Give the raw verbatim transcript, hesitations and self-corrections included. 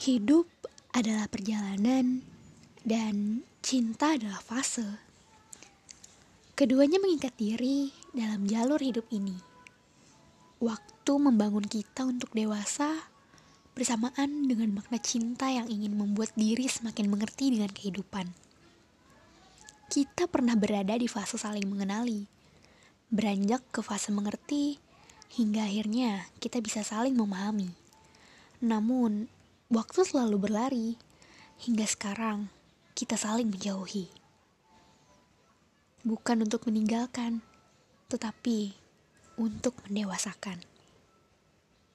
Hidup adalah perjalanan dan cinta adalah fase. Keduanya mengikat diri dalam jalur hidup ini. Waktu membangun kita untuk dewasa bersamaan dengan makna cinta yang ingin membuat diri semakin mengerti dengan kehidupan. Kita pernah berada di fase saling mengenali, beranjak ke fase mengerti, hingga akhirnya kita bisa saling memahami. Namun, waktu selalu berlari, hingga sekarang kita saling menjauhi. Bukan untuk meninggalkan, tetapi untuk mendewasakan.